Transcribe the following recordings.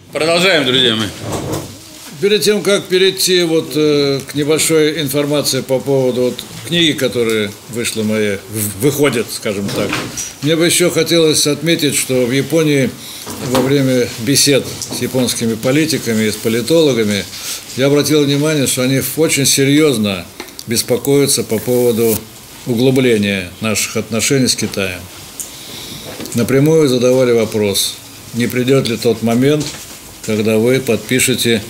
Продолжаем, друзья мои. Перед тем, как перейти к небольшой информации по поводу книги, которая выходит, скажем так, мне бы еще хотелось отметить, что в Японии во время бесед с японскими политиками и с политологами я обратил внимание, что они очень серьезно беспокоятся по поводу углубления наших отношений с Китаем. Напрямую задавали вопрос, не придет ли тот момент, когда вы подпишете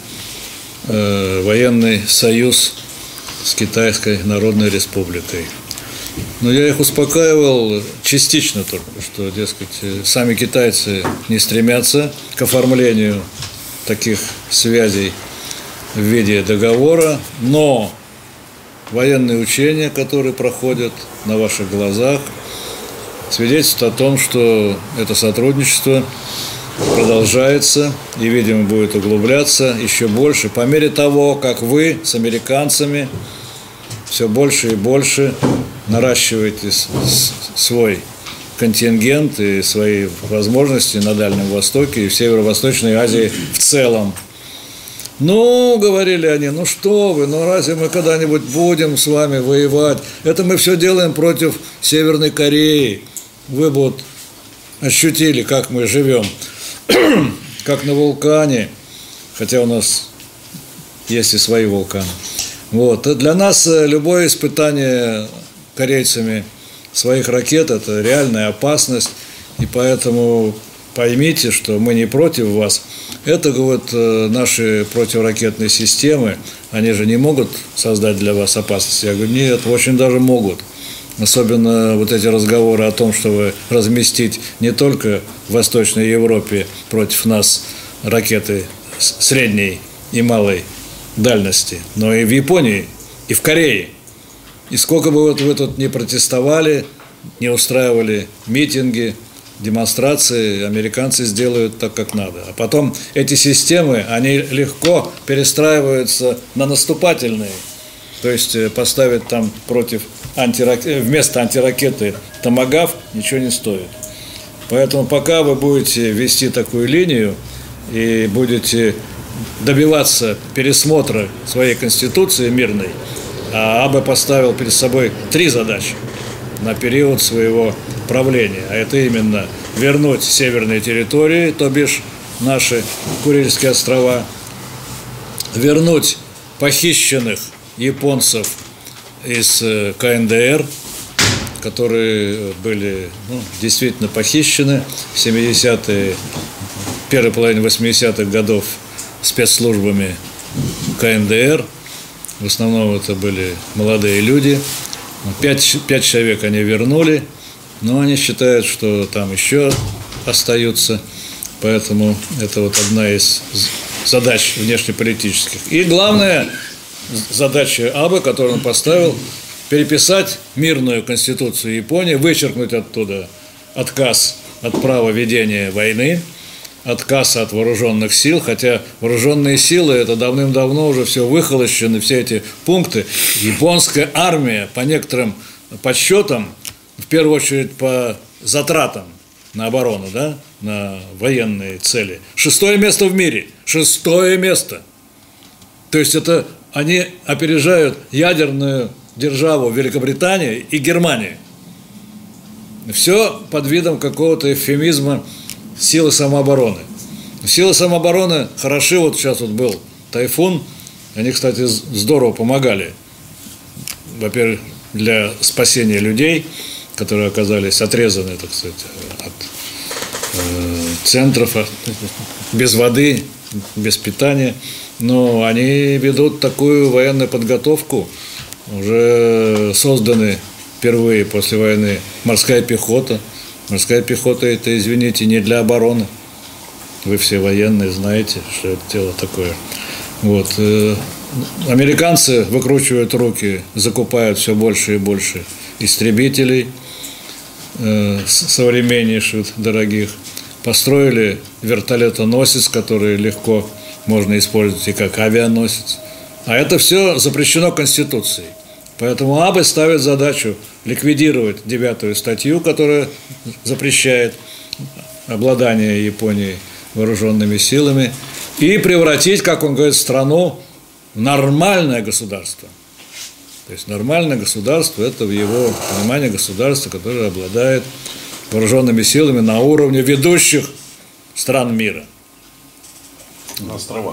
военный союз с Китайской Народной Республикой. Но я их успокаивал частично только, что, дескать, сами китайцы не стремятся к оформлению таких связей в виде договора, но военные учения, которые проходят на ваших глазах, свидетельствуют о том, что это сотрудничество продолжается и, видимо, будет углубляться еще больше по мере того, как вы с американцами все больше и больше наращиваете свой контингент и свои возможности на Дальнем Востоке и в Северо-Восточной Азии в целом. Ну, говорили они, ну что вы, ну разве мы когда-нибудь будем с вами воевать? Это мы все делаем против Северной Кореи. Вы бы ощутили, как мы живем, как на вулкане, хотя у нас есть и свои вулканы. Для нас любое испытание корейцами своих ракет – это реальная опасность, и поэтому поймите, что мы не против вас. Это, наши противоракетные системы, они же не могут создать для вас опасность. Я говорю, нет, очень даже могут. Особенно эти разговоры о том, чтобы разместить не только в Восточной Европе против нас ракеты средней и малой дальности, но и в Японии, и в Корее. И сколько бы вы тут не протестовали, не устраивали митинги, демонстрации, американцы сделают так, как надо. А потом эти системы, они легко перестраиваются на наступательные. То есть поставить там вместо антиракеты томагавк ничего не стоит. Поэтому пока вы будете вести такую линию и будете добиваться пересмотра своей конституции мирной, а Абе поставил перед собой 3 задачи на период своего правления. А это именно вернуть северные территории, то бишь наши Курильские острова, вернуть похищенных японцев из КНДР, которые были действительно похищены в 70-е, первой половине 80-х годов спецслужбами КНДР. В основном это были молодые люди. 5 человек они вернули, но они считают, что там еще остаются. Поэтому это одна из задач внешнеполитических. И главная задача Абе, которую он поставил, переписать мирную конституцию Японии, вычеркнуть оттуда отказ от права ведения войны, отказ от вооруженных сил, хотя вооруженные силы, это давным-давно уже все выхолощены, все эти пункты. Японская армия, по некоторым подсчетам, в первую очередь по затратам на оборону, на военные цели, 6-е место в мире, 6-е место. То есть это они опережают ядерную державу Великобритании и Германии. Все под видом какого-то эвфемизма силы самообороны. Силы самообороны хороши, сейчас был тайфун, они, кстати, здорово помогали. Во-первых, для спасения людей, которые оказались отрезаны, так сказать, от центров, без воды, без питания. Но они ведут такую военную подготовку, уже созданы впервые после войны морская пехота. Морская пехота – это, извините, не для обороны. Вы все военные знаете, что это дело такое. Американцы выкручивают руки, закупают все больше и больше истребителей современнейших, дорогих. Построили вертолетоносец, который легко можно использовать и как авианосец. А это все запрещено Конституцией. Поэтому Абе ставит задачу ликвидировать 9-ю статью, которая запрещает обладание Японией вооруженными силами, и превратить, как он говорит, страну в нормальное государство. То есть нормальное государство – это в его понимании государство, которое обладает вооруженными силами на уровне ведущих стран мира. На островах.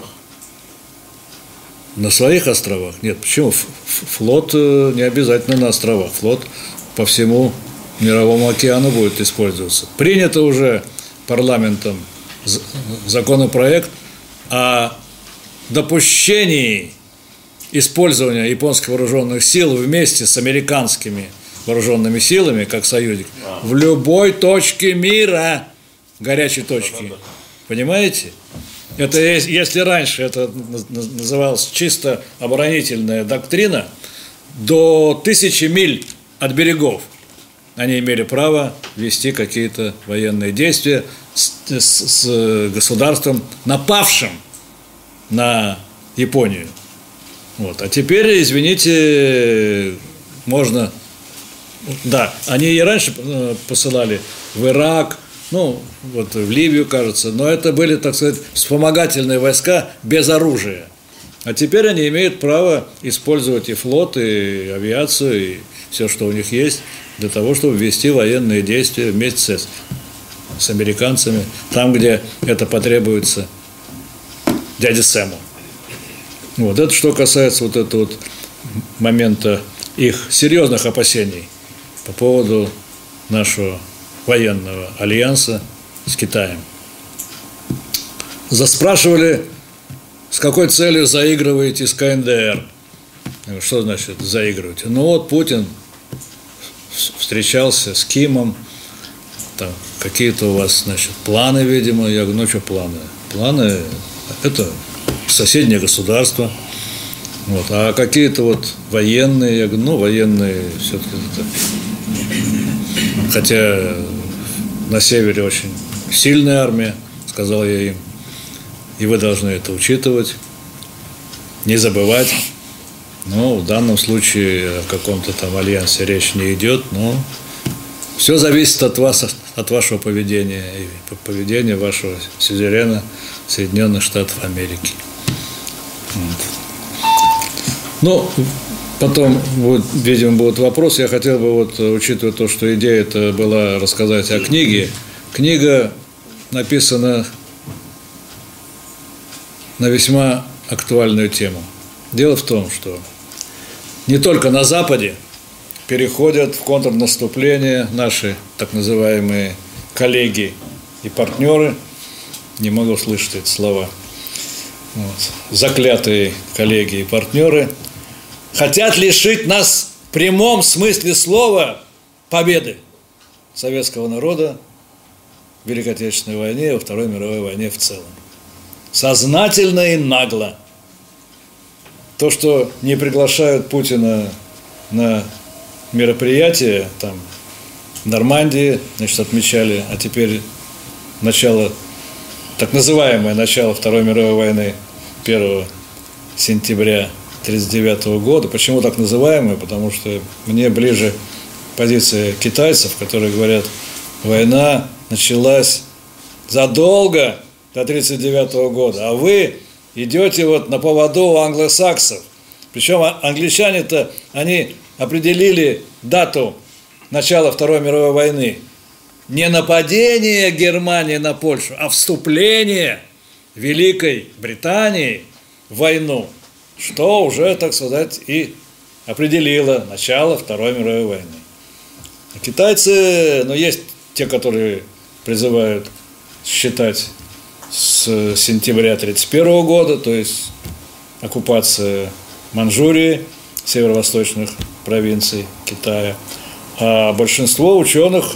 На своих островах? Нет, почему? Флот не обязательно на островах. Флот по всему Мировому океану будет использоваться. Принято уже парламентом законопроект о допущении использования японских вооруженных сил вместе с американскими вооруженными силами, как союзник, в любой точке мира, горячей точки. Понимаете? Это если раньше это называлось чисто оборонительная доктрина, до 1000 миль от берегов они имели право вести какие-то военные действия с государством, напавшим на Японию. Вот. А теперь, извините, можно... Да, они и раньше посылали в Ирак, ну, вот в Ливию, кажется, но это были, так сказать, вспомогательные войска без оружия. А теперь они имеют право использовать и флот, и авиацию, и все, что у них есть, для того, чтобы вести военные действия вместе с американцами, там, где это потребуется дяде Сэму. Вот это что касается вот этого вот момента их серьезных опасений по поводу нашего военного альянса с Китаем. Заспрашивали, с какой целью заигрываете с КНДР. Что значит заигрываете? Ну вот Путин встречался с Кимом, там какие-то у вас, значит, планы, видимо. Я говорю, ну что планы? Планы – это соседнее государство. Вот. А какие-то вот военные, я говорю, ну военные все-таки это... Хотя на севере очень сильная армия, сказал я им, и вы должны это учитывать, не забывать. Но в данном случае о каком-то там альянсе речь не идет, но все зависит от вас, от вашего поведения и поведения вашего сюзерена Соединенных Штатов Америки. Вот. Ну, потом, вот, видимо, будет вопрос. Я хотел бы, вот, учитывая то, что идея это была рассказать о книге. Книга написана на весьма актуальную тему. Дело в том, что не только на Западе переходят в контрнаступление наши так называемые коллеги и партнеры, не могу слышать эти слова, вот, заклятые коллеги и партнеры, хотят лишить нас в прямом смысле слова победы советского народа в Великой Отечественной войне и во Второй мировой войне в целом. Сознательно и нагло. То, что не приглашают Путина на мероприятие, там, в Нормандии, значит, отмечали, а теперь начало, так называемое начало Второй мировой войны 1 сентября 1939 года. Почему так называемое? Потому что мне ближе позиция китайцев, которые говорят, война началась задолго до 1939 года, а вы идете вот на поводу у англосаксов. Причем англичане-то, они определили дату начала Второй мировой войны. Не нападение Германии на Польшу, а вступление Великой Британии в войну, что уже, так сказать, и определило начало Второй мировой войны. А китайцы, ну, есть те, которые призывают считать с сентября 1931 года, то есть оккупация Манчжурии, северо-восточных провинций Китая. А большинство ученых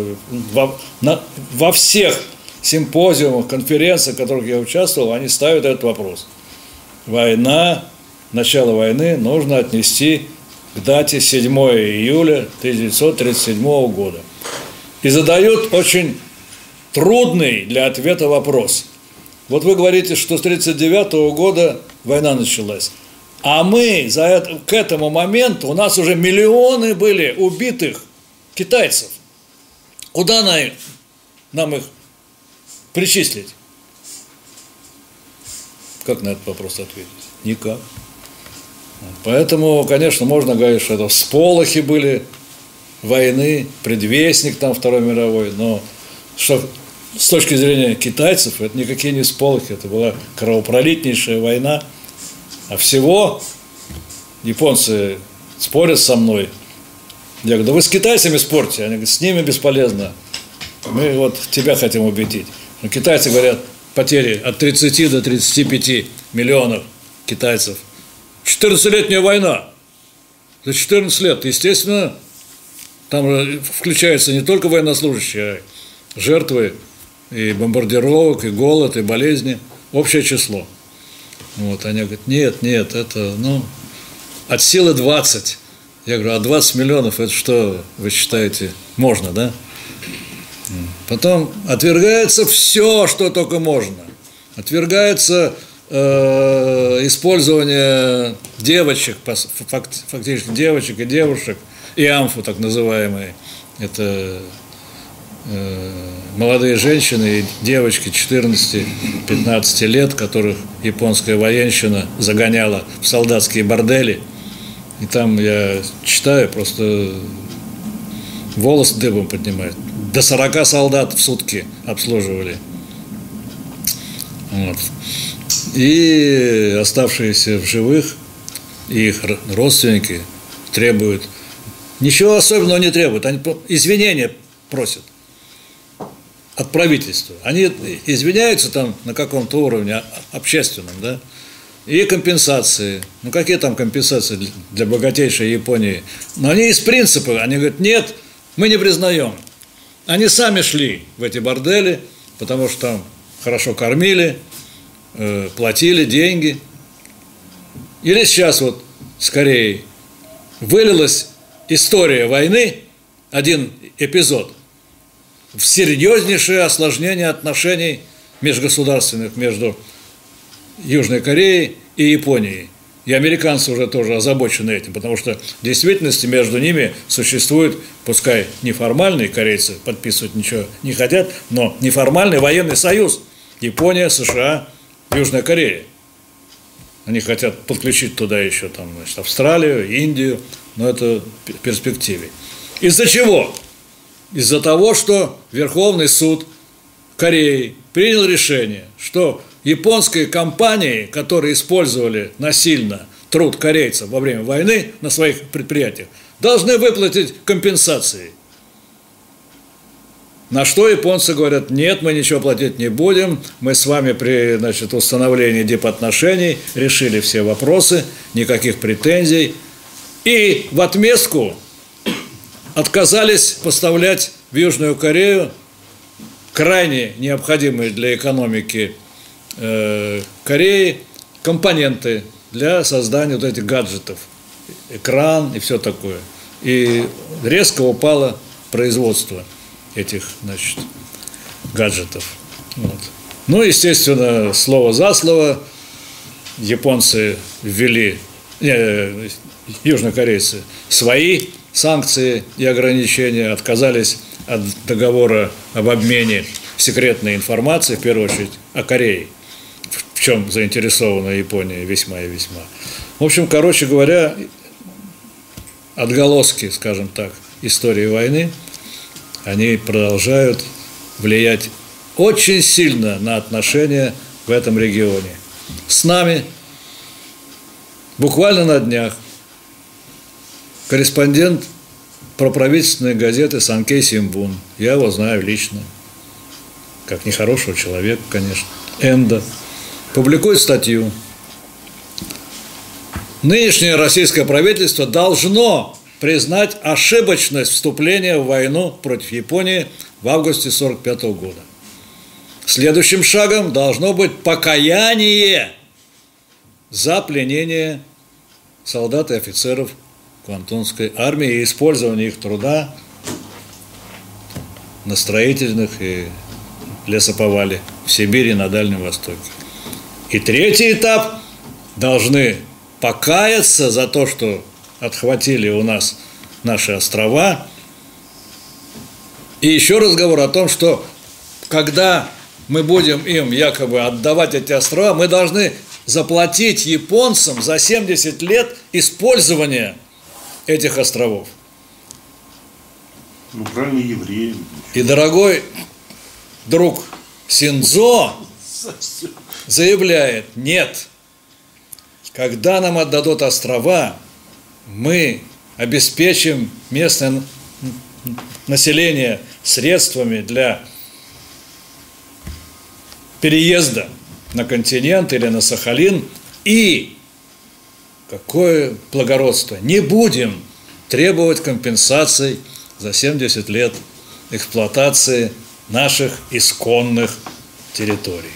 во всех симпозиумах, конференциях, в которых я участвовал, они ставят этот вопрос. Война, начало войны нужно отнести к дате 7 июля 1937 года. И задают очень трудный для ответа вопрос. Вот вы говорите, что с 1939 года война началась. А мы к этому моменту, у нас уже миллионы были убитых китайцев. Куда нам их причислить? Как на этот вопрос ответить? Никак. Поэтому, конечно, можно говорить, что это всполохи были войны, предвестник там Второй мировой, но что с точки зрения китайцев это никакие не всполохи, это была кровопролитнейшая война, а всего японцы спорят со мной. Я говорю, да вы с китайцами спорьте, они говорят, с ними бесполезно, мы вот тебя хотим убедить. Но китайцы говорят, потери от 30 до 35 миллионов китайцев. 14-летняя война. За 14 лет, естественно, там включаются не только военнослужащие, а жертвы и бомбардировок, и голод, и болезни. Общее число. Вот, они говорят, нет, это, от силы 20. Я говорю, а 20 миллионов, это что, вы считаете, можно, да? Потом отвергается все, что только можно. Отвергается использование девочек, фактически девочек и девушек, иамфу так называемые. Это молодые женщины и девочки 14-15 лет, которых японская военщина загоняла в солдатские бордели. И там я читаю, просто волос дыбом поднимает. До 40 солдат в сутки обслуживали. Вот. И оставшиеся в живых, их родственники требуют, ничего особенного не требуют, они извинения просят от правительства. Они извиняются там на каком-то уровне общественном, да, и компенсации. Какие там компенсации для богатейшей Японии? Но они из принципа, они говорят, нет, мы не признаем. Они сами шли в эти бордели, потому что там хорошо кормили, платили деньги. Или сейчас вот скорее вылилась история войны, один эпизод, в серьезнейшее осложнение отношений межгосударственных между Южной Кореей и Японией. И американцы уже тоже озабочены этим, потому что в действительности между ними существует, пускай неформальный, корейцы подписывать ничего не хотят, но неформальный военный союз. Япония, США, Южная Корея. Они хотят подключить туда еще там, значит, Австралию, Индию, но это в перспективе. Из-за чего? Из-за того, что Верховный суд Кореи принял решение, что японские компании, которые использовали насильно труд корейцев во время войны на своих предприятиях, должны выплатить компенсации. На что японцы говорят, нет, мы ничего платить не будем, мы с вами при, значит, установлении дипотношений решили все вопросы, никаких претензий. И в отместку отказались поставлять в Южную Корею крайне необходимые для экономики Кореи компоненты для создания вот этих гаджетов, экран и все такое. И резко упало производство этих, значит, гаджетов. Вот. Естественно, слово за слово японцы ввели, южнокорейцы, свои санкции и ограничения, отказались от договора об обмене секретной информации, в первую очередь, о Корее, в чем заинтересована Япония весьма и весьма. В общем, короче говоря, отголоски, скажем так, истории войны, они продолжают влиять очень сильно на отношения в этом регионе. С нами буквально на днях корреспондент проправительственной газеты «Санкей Симбун», я его знаю лично, как нехорошего человека, конечно, Энда, публикует статью. Нынешнее российское правительство должно признать ошибочность вступления в войну против Японии в августе 1945 года. Следующим шагом должно быть покаяние за пленение солдат и офицеров Квантунской армии и использование их труда на строительных и лесоповале в Сибири и на Дальнем Востоке. И третий этап – должны покаяться за то, что отхватили у нас наши острова. И еще разговор о том, что когда мы будем им якобы отдавать эти острова, мы должны заплатить японцам за 70 лет использования этих островов. Ну, правильно, евреям. И дорогой друг Синдзо заявляет: нет, когда нам отдадут острова, мы обеспечим местное население средствами для переезда на континент или на Сахалин, и, какое благородство, не будем требовать компенсаций за 70 лет эксплуатации наших исконных территорий.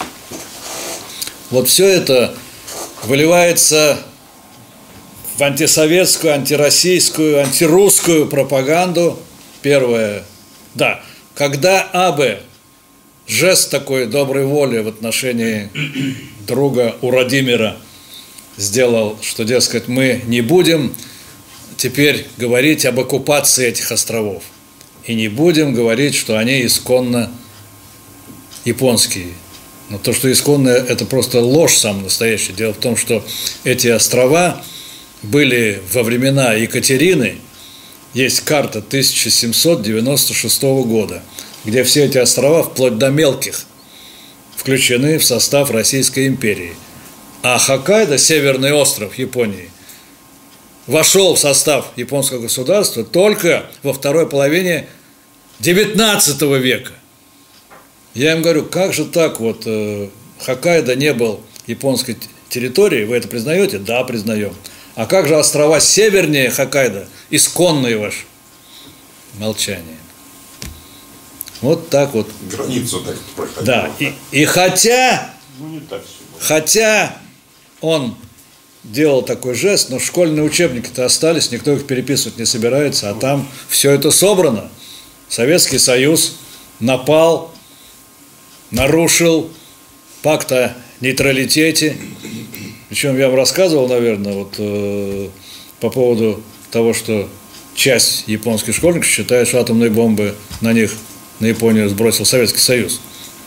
Вот все это выливается в антисоветскую, антироссийскую, антирусскую пропаганду. Первое, да, когда Абе жест такой доброй воли в отношении друга Урадимира сделал, что, дескать, мы не будем теперь говорить об оккупации этих островов и не будем говорить, что они исконно японские. Но то, что исконно, это просто ложь самая настоящая. Дело в том, что эти острова были во времена Екатерины, есть карта 1796 года, где все эти острова, вплоть до мелких, включены в состав Российской империи. А Хоккайдо, северный остров Японии, вошел в состав японского государства только во второй половине XIX века. Я им говорю, как же так, вот Хоккайдо не был японской территорией, вы это признаете? Да, признаем. А как же острова севернее Хоккайдо, исконные ваши? Молчание. Вот так вот. Границу так проходил. Да, и хотя, не так все было. Хотя он делал такой жест, но школьные учебники-то остались, никто их переписывать не собирается, а там все это собрано. Советский Союз напал, нарушил пакт о нейтралитете. Причем я вам рассказывал, наверное, вот по поводу того, что часть японских школьников считает, что атомные бомбы на них, на Японию, сбросил Советский Союз.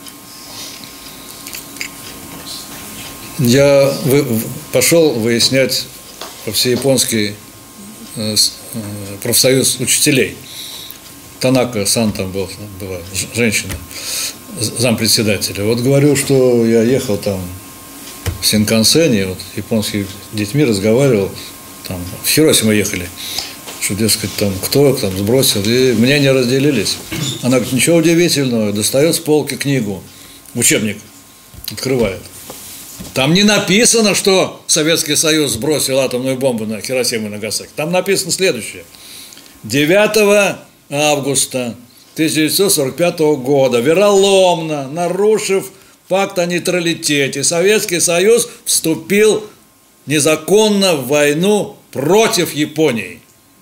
Я пошел выяснять всеяпонский профсоюз учителей. Танака-сан там была женщина, зампредседателя. Вот говорю, что я ехал там в Синкансене, вот японскими детьми разговаривал, там в Хиросиму ехали, что, дескать, там кто там сбросил, и мнения разделились. Она говорит, ничего удивительного, достает с полки книгу, учебник, открывает. Там не написано, что Советский Союз сбросил атомную бомбу на Хиросиму и Нагасаки. Там написано следующее. 9 августа 1945 года, вероломно нарушив пакт о нейтралитете, Советский Союз вступил незаконно в войну против Японии.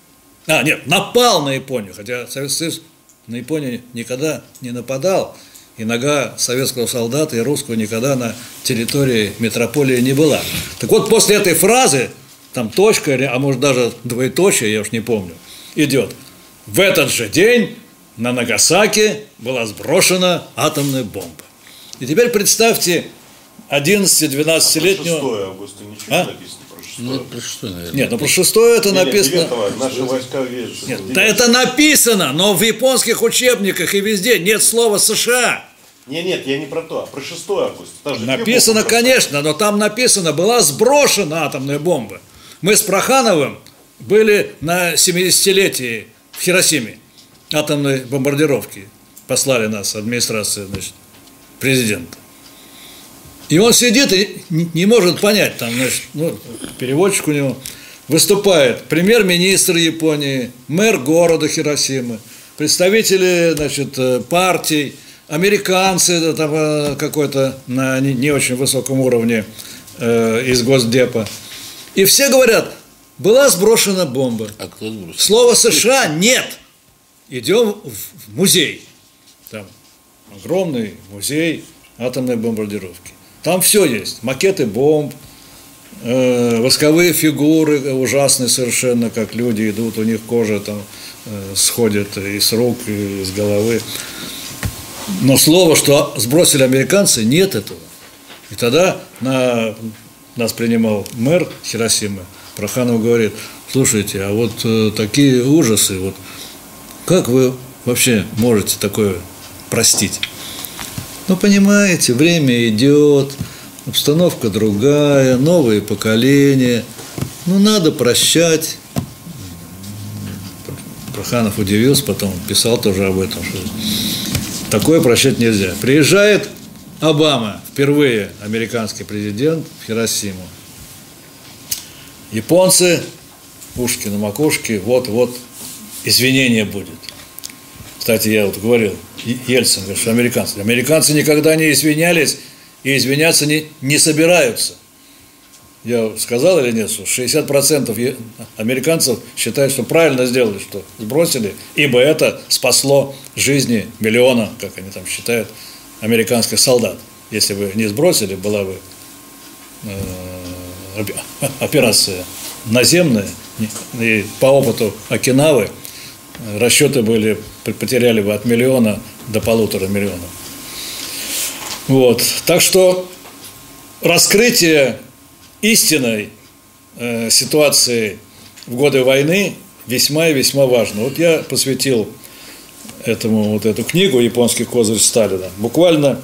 Напал на Японию, хотя Советский Союз на Японию никогда не нападал, и нога советского солдата и русского никогда на территории метрополии не была. Так вот, после этой фразы, там точка, а может даже двоеточие, я уж не помню, идет. В этот же день на Нагасаки была сброшена атомная бомба. И теперь представьте 11-12-летнего... 6 августа ничего не написано про 6. Ну, про 6, наверное. Нет, про 6 это написано... 9 наши войска вещи. Нет, да это написано, но в японских учебниках и везде нет слова США. Нет, я не про то, а про 6 августа. Написано, конечно, но там написано, была сброшена атомная бомба. Мы с Прохановым были на 70-летии в Хиросиме атомной бомбардировки. Послали нас администрация, значит, президента. И он сидит и не может понять, там, значит, переводчик у него, выступает премьер-министр Японии, мэр города Хиросимы, представители, значит, партий, американцы там, какой-то на не очень высоком уровне из Госдепа. И все говорят, была сброшена бомба. А кто сбросил? Слова США нет. Идем в музей. Там огромный музей атомной бомбардировки. Там все есть. Макеты бомб, восковые фигуры ужасные совершенно, как люди идут, у них кожа там сходит и с рук, и с головы. Но слово, что сбросили американцы, нет этого. И тогда нас принимал мэр Хиросимы, Проханов говорит: слушайте, а вот такие ужасы, вот как вы вообще можете такое простить? Ну, понимаете, время идет, обстановка другая, новые поколения, ну, надо прощать. Проханов удивился, потом писал тоже об этом, что такое прощать нельзя. Приезжает Обама, впервые американский президент, в Хиросиму. Японцы, пушки на макушке, вот извинение будет. Кстати, я вот говорил, Ельцин говорит, что американцы никогда не извинялись и извиняться не собираются. Я сказал или нет, что 60% американцев считают, что правильно сделали, что сбросили, ибо это спасло жизни миллиона, как они там считают, американских солдат. Если бы не сбросили, была бы операция наземная, и по опыту Окинавы расчеты потеряли бы от 1 миллиона до 1,5 миллиона. Вот. Так что раскрытие истинной ситуации в годы войны весьма и весьма важно. Вот я посвятил этому вот эту книгу «Японский козырь Сталина». Буквально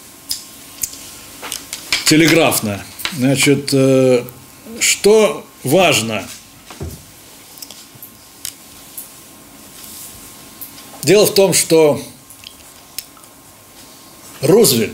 телеграфно. Значит, что важно? Дело в том, что Рузвельт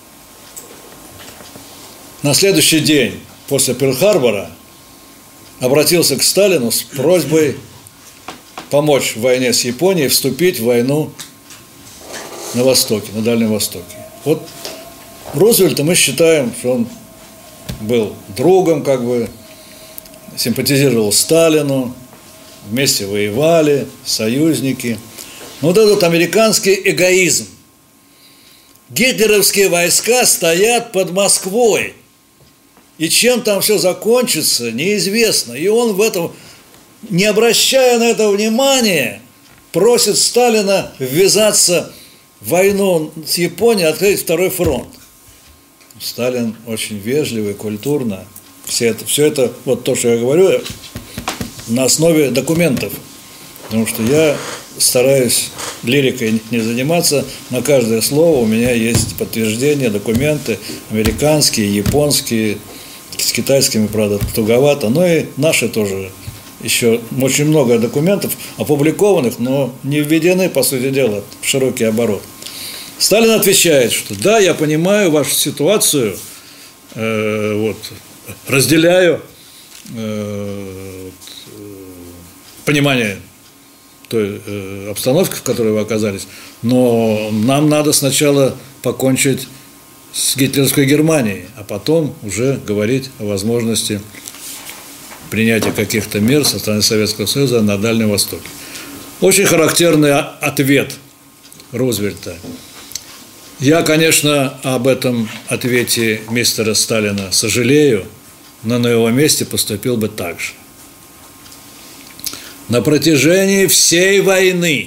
на следующий день после Перл-Харбора обратился к Сталину с просьбой помочь в войне с Японией, вступить в войну на Востоке, на Дальнем Востоке. Вот Рузвельта мы считаем, что он был другом, как бы, симпатизировал Сталину, вместе воевали, союзники. Но вот этот американский эгоизм. Гитлеровские войска стоят под Москвой, и чем там все закончится, неизвестно. И он в этом, не обращая на это внимания, просит Сталина ввязаться в войну с Японией, открыть второй фронт. Сталин очень вежливый, культурно. Все это, вот то, что я говорю, на основе документов. Потому что я стараюсь лирикой не заниматься. На каждое слово у меня есть подтверждения, документы американские, японские, с китайскими, правда, туговато, но и наши тоже. Еще очень много документов опубликованных, но не введены, по сути дела, в широкий оборот. Сталин отвечает, что да, я понимаю вашу ситуацию, разделяю понимание той обстановки, в которой вы оказались, но нам надо сначала покончить с гитлеровской Германией, а потом уже говорить о возможности принятия каких-то мер со стороны Советского Союза на Дальнем Востоке. Очень характерный ответ Рузвельта. Я, конечно, об этом ответе мистера Сталина сожалею, но на его месте поступил бы так же. На протяжении всей войны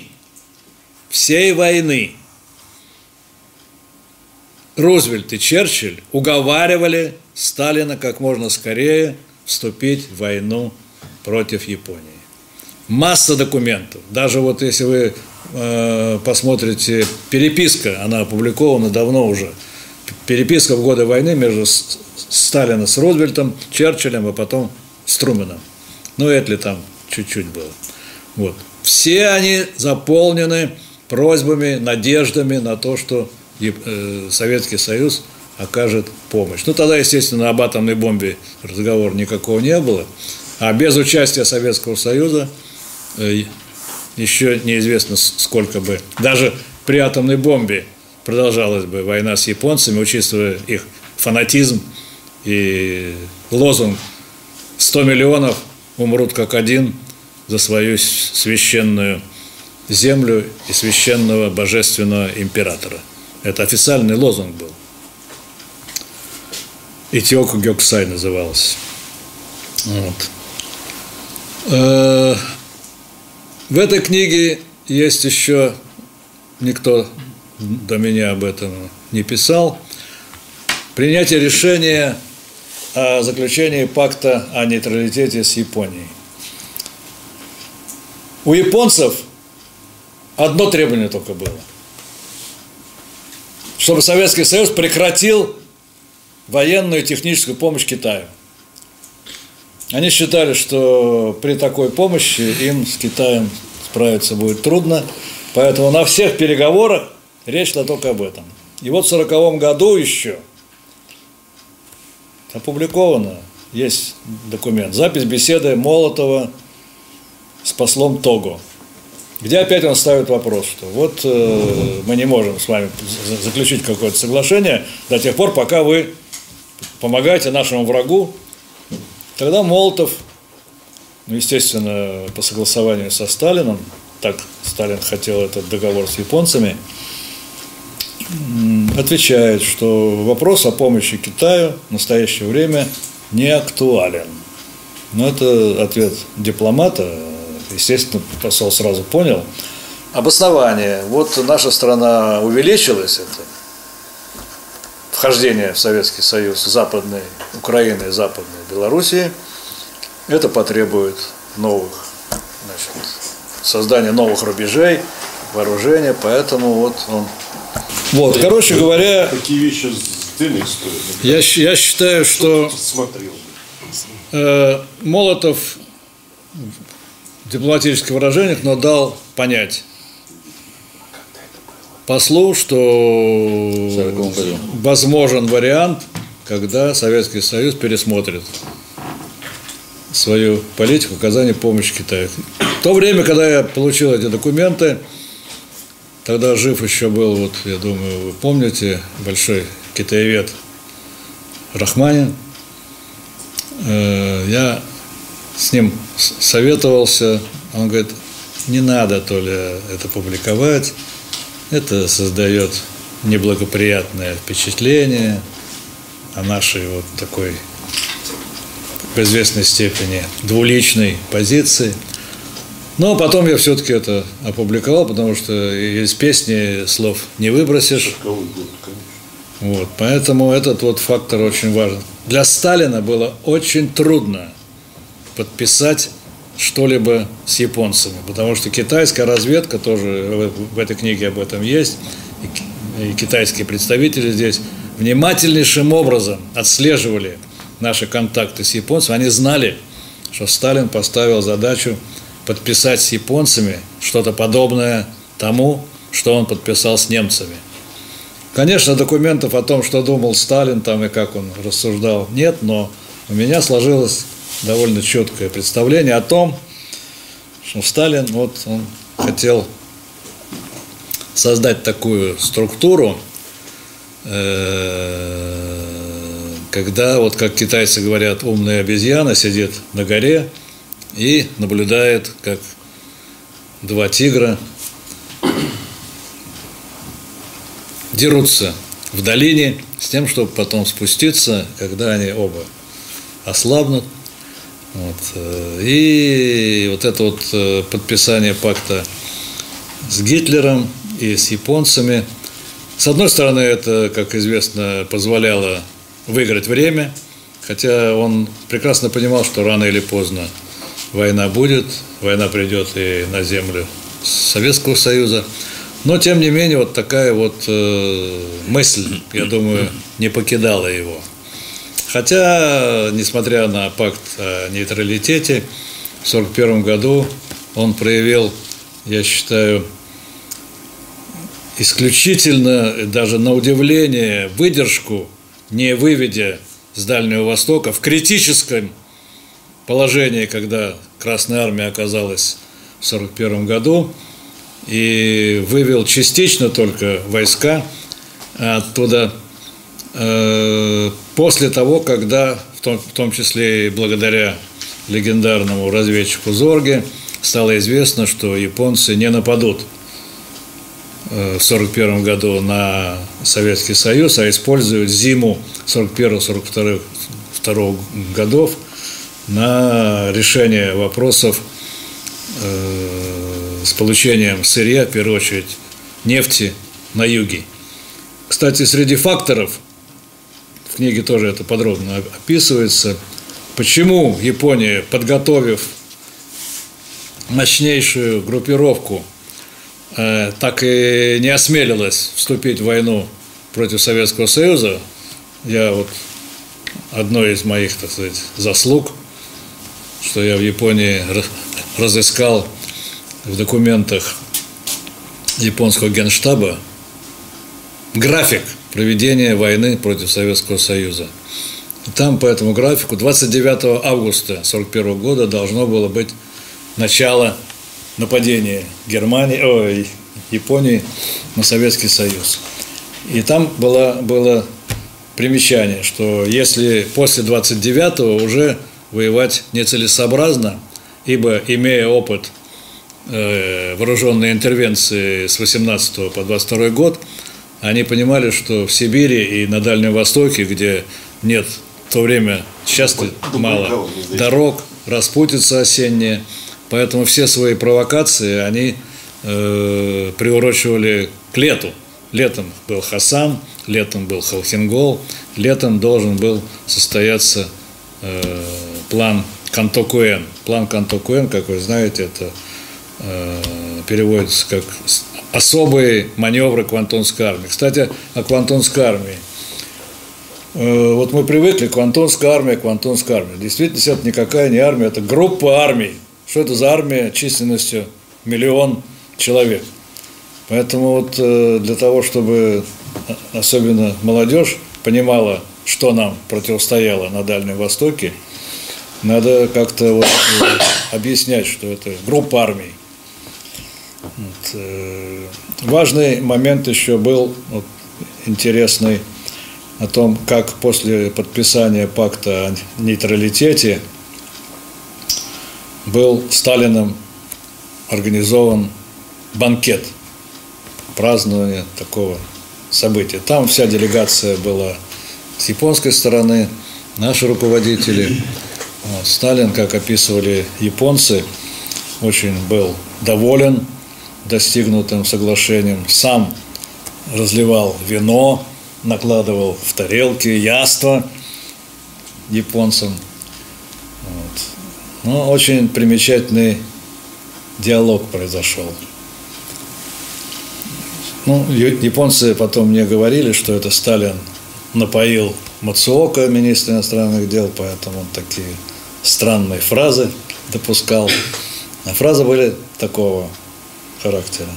Рузвельт и Черчилль уговаривали Сталина как можно скорее вступить в войну против Японии. Масса документов. Даже вот если вы посмотрите, переписка, она опубликована давно уже. Переписка в годы войны между Сталином с Рузвельтом, Черчиллем, а потом с Трумэном. Ну, Этли там чуть-чуть было. Вот. Все они заполнены просьбами, надеждами на то, что Советский Союз окажет помощь. Ну, тогда, естественно, об атомной бомбе разговора никакого не было. А без участия Советского Союза еще неизвестно, сколько бы. Даже при атомной бомбе продолжалась бы война с японцами, учитывая их фанатизм и лозунг «100 миллионов умрут как один за свою священную землю и священного божественного императора». Это официальный лозунг был. Итиоку Гёкусай назывался. Вот. В этой книге есть еще никто до меня об этом не писал, принятие решения о заключении пакта о нейтралитете с Японией. У японцев одно требование только было: чтобы Советский Союз прекратил военную и техническую помощь Китаю. Они считали, что при такой помощи им с Китаем справиться будет трудно, поэтому на всех переговорах речь шла только об этом. И вот в 1940 году еще опубликовано, есть документ, запись беседы Молотова с послом Того, где опять он ставит вопрос, что вот мы не можем с вами заключить какое-то соглашение до тех пор, пока вы помогаете нашему врагу. Тогда Молотов, естественно, по согласованию со Сталином, так Сталин хотел этот договор с японцами, отвечает, что вопрос о помощи Китаю в настоящее время не актуален. Но это ответ дипломата, естественно, посол сразу понял. Обоснование. Вот наша страна увеличилась, это вхождение в Советский Союз Западной Украины и Западной Белоруссии, это потребует новых, создания новых рубежей, вооружения, поэтому вот он. Вот, короче говоря, такие вещи денег стоят. Я считаю, что смотрел. Молотов в дипломатических выражениях, но дал понять послу, что возможен вариант, когда Советский Союз пересмотрит свою политику оказания помощи Китаю. В то время, когда я получил эти документы, тогда жив еще был, вот, я думаю, вы помните, большой китаевед Рахманин. Я с ним советовался, он говорит, не надо, то ли это публиковать, это создает неблагоприятное впечатление о нашей вот такой, в известной степени, двуличной позиции. Но потом я все-таки это опубликовал, потому что из песни слов не выбросишь. Вот, поэтому этот вот фактор очень важен. Для Сталина было очень трудно подписать что-либо с японцами, потому что китайская разведка, тоже в этой книге об этом есть, и китайские представители здесь внимательнейшим образом отслеживали наши контакты с японцами. Они знали, что Сталин поставил задачу подписать с японцами что-то подобное тому, что он подписал с немцами. Конечно, документов о том, что думал Сталин там и как он рассуждал, нет, но у меня сложилось довольно четкое представление о том, что Сталин, вот он хотел создать такую структуру, когда, вот как китайцы говорят, умная обезьяна сидит на горе и наблюдает, как два тигра дерутся в долине с тем, чтобы потом спуститься, когда они оба ослабнут. Вот. И вот это вот подписание пакта с Гитлером и с японцами, с одной стороны, это, как известно, позволяло выиграть время, хотя он прекрасно понимал, что рано или поздно война будет, война придет и на землю Советского Союза. Но, тем не менее, вот такая вот мысль, я думаю, не покидала его. Хотя, несмотря на пакт о нейтралитете, в 1941 году он проявил, я считаю, исключительно, даже на удивление, выдержку, не выведя с Дальнего Востока в критическом положении, когда Красная Армия оказалась в 1941 году, и вывел частично только войска оттуда, после того, когда, в том числе и благодаря легендарному разведчику Зорге, стало известно, что японцы не нападут в 1941 году на Советский Союз, а используют зиму 1941-1942 годов на решение вопросов с получением сырья, в первую очередь нефти на юге. Кстати, среди факторов, в книге тоже это подробно описывается, почему Япония, подготовив мощнейшую группировку, так и не осмелилась вступить в войну против Советского Союза. Я вот одной из моих, так сказать, заслуг, что я в Японии разыскал в документах японского генштаба график проведения войны против Советского Союза. И там по этому графику 29 августа 1941 года должно было быть начало нападения Японии на Советский Союз. И там было примечание, что если после 29-го уже воевать нецелесообразно, ибо, имея опыт вооруженной интервенции с 18 по 22 год, они понимали, что в Сибири и на Дальнем Востоке, где нет в то время часто мало дорог, распутица осенняя, поэтому все свои провокации они приурочивали к лету. Летом был Хасан, летом был Халхингол, летом должен был состояться план Кантокуэн. План Кантокуэн, как вы знаете, это переводится как особые маневры Квантунской армии. Кстати, о Квантунской армии. Вот мы привыкли, Квантунская армия. Действительно, это никакая не армия, это группа армий. Что это за армия численностью 1 000 000 человек? Поэтому вот для того, чтобы особенно молодежь понимала, что нам противостояло на Дальнем Востоке, надо как-то вот объяснять, что это группа армий. Вот. Важный момент еще был интересный о том, как после подписания пакта о нейтралитете был Сталином организован банкет, празднование такого события. Там вся делегация была с японской стороны, наши руководители. Сталин, как описывали японцы, очень был доволен достигнутым соглашением, сам разливал вино, накладывал в тарелки яства японцам. Ну, очень примечательный диалог произошел. Ну, японцы потом мне говорили, что это Сталин напоил Мацуока, министра иностранных дел, поэтому он такие странные фразы допускал. А фразы были такого характера.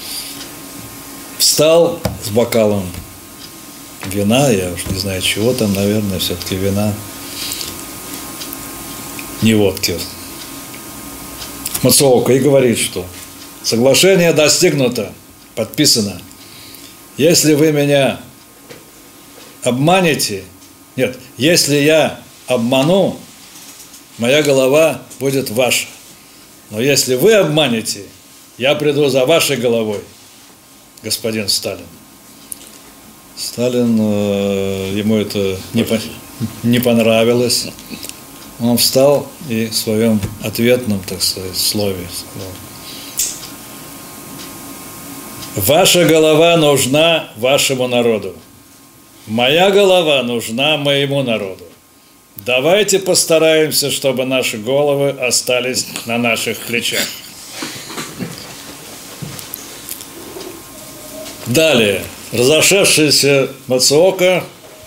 Встал с бокалом вина, я уж не знаю чего там, наверное, все-таки вина, не водки, Мацуока, и говорит, что соглашение достигнуто, подписано. Если вы меня обманете, нет, если я обману, моя голова будет ваша. Но если вы обманете, я приду за вашей головой, господин Сталин. Сталин, ему это не понравилось. Он встал и в своем ответном, так сказать, слове сказал: ваша голова нужна вашему народу. Моя голова нужна моему народу. Давайте постараемся, чтобы наши головы остались на наших плечах. Далее. Разошедшийся Мацуока,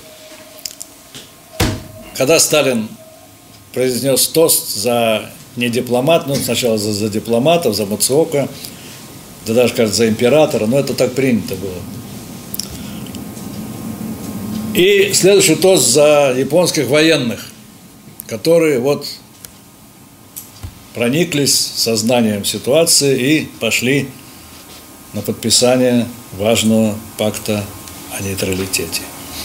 когда Сталин произнес тост за не дипломат, ну сначала за дипломатов, за Мацуока, да даже, кажется, за императора, но это так принято было. И следующий тост за японских военных, которые вот прониклись сознанием ситуации и пошли на подписание важного пакта о нейтралитете.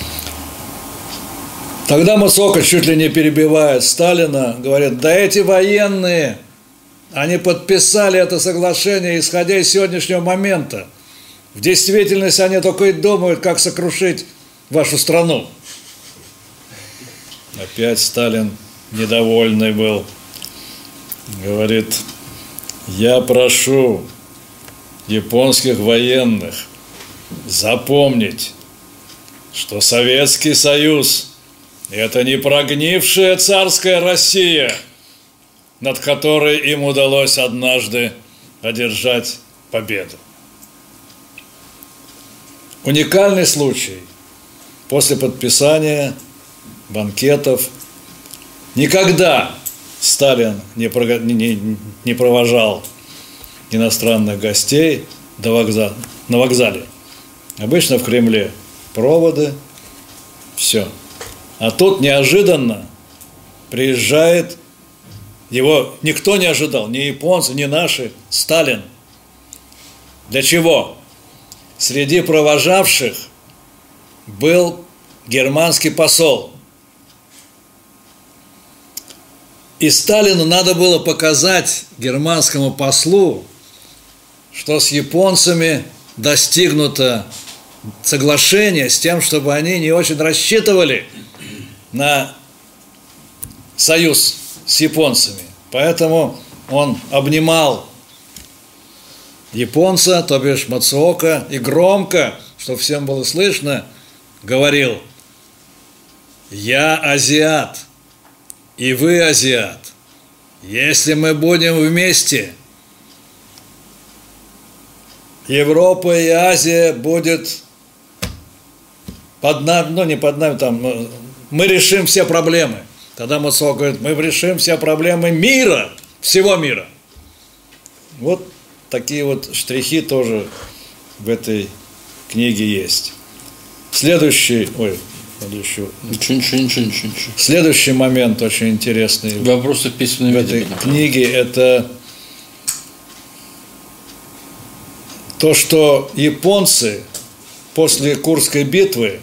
Тогда Мацуока, чуть ли не перебивает Сталина, говорит: да эти военные, они подписали это соглашение, исходя из сегодняшнего момента. В действительности они только и думают, как сокрушить вашу страну. Опять Сталин недовольный был. Говорит: я прошу японских военных запомнить, что Советский Союз – это не прогнившая царская Россия, над которой им удалось однажды одержать победу. Уникальный случай. После подписания банкетов никогда Сталин не провожал иностранных гостей на вокзале. Обычно в Кремле проводы, все. А тут неожиданно приезжает, его никто не ожидал, ни японцы, ни наши, Сталин. Для чего? Среди провожавших был германский посол. И Сталину надо было показать германскому послу, что с японцами достигнуто соглашение с тем, чтобы они не очень рассчитывали на союз с японцами. Поэтому он обнимал японца, то бишь Мацуока, и громко, чтобы всем было слышно, говорил: «Я азиат, и вы азиат. Если мы будем вместе, Европа и Азия будет под нами, ну не под нами, там, мы решим все проблемы». Тогда Мацуока говорит: мы решим все проблемы мира, всего мира. Вот такие вот штрихи тоже в этой книге есть. Следующий момент очень интересный вопросы письменные в этой книге – это то, что японцы после Курской битвы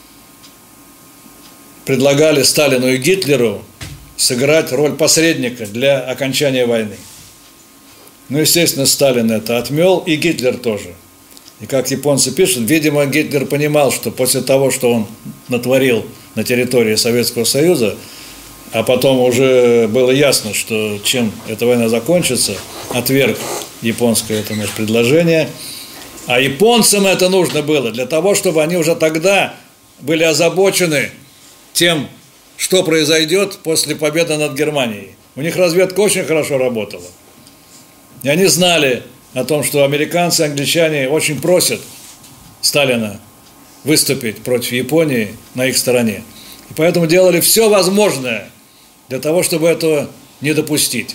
предлагали Сталину и Гитлеру сыграть роль посредника для окончания войны. Ну, естественно, Сталин это отмел, и Гитлер тоже. И как японцы пишут, видимо, Гитлер понимал, что после того, что он натворил на территории Советского Союза, а потом уже было ясно, что чем эта война закончится, отверг японское это наше предложение. А японцам это нужно было для того, чтобы они уже тогда были озабочены тем, что произойдет после победы над Германией. У них разведка очень хорошо работала. И они знали о том, что американцы, англичане очень просят Сталина выступить против Японии на их стороне. И поэтому делали все возможное для того, чтобы этого не допустить.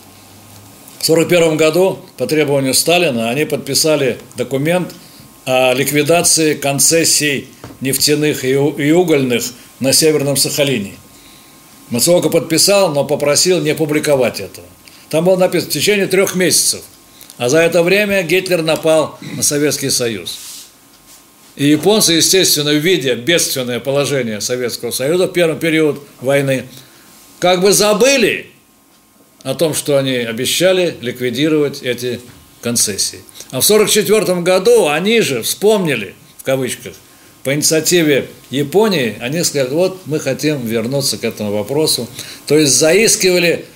В 1941 году по требованию Сталина они подписали документ о ликвидации концессий нефтяных и угольных на Северном Сахалине. Мацуока подписал, но попросил не публиковать этого. Там было написано: в течение 3 месяцев. А за это время Гитлер напал на Советский Союз. И японцы, естественно, видя бедственное положение Советского Союза в первый период войны, как бы забыли о том, что они обещали ликвидировать эти концессии. А в 1944 году они же вспомнили, в кавычках, по инициативе Японии, они сказали: вот мы хотим вернуться к этому вопросу. То есть заискивали,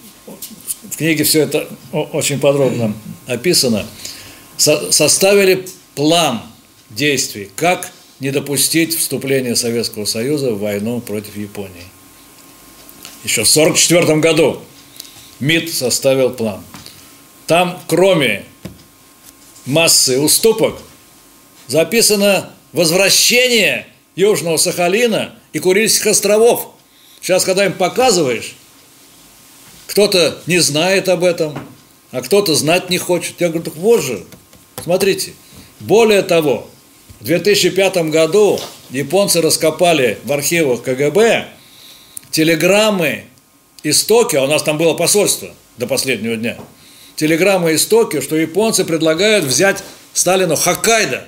в книге все это очень подробно описано, составили план действий, как не допустить вступления Советского Союза в войну против Японии. Еще в 1944 году МИД составил план. Там, кроме массы уступок, записано возвращение Южного Сахалина и Курильских островов. Сейчас, когда им показываешь, кто-то не знает об этом, а кто-то знать не хочет. Я говорю: так вот же, смотрите. Более того, в 2005 году японцы раскопали в архивах КГБ телеграммы из Токио, у нас там было посольство до последнего дня, телеграммы из Токио, что японцы предлагают взять Сталину Хоккайдо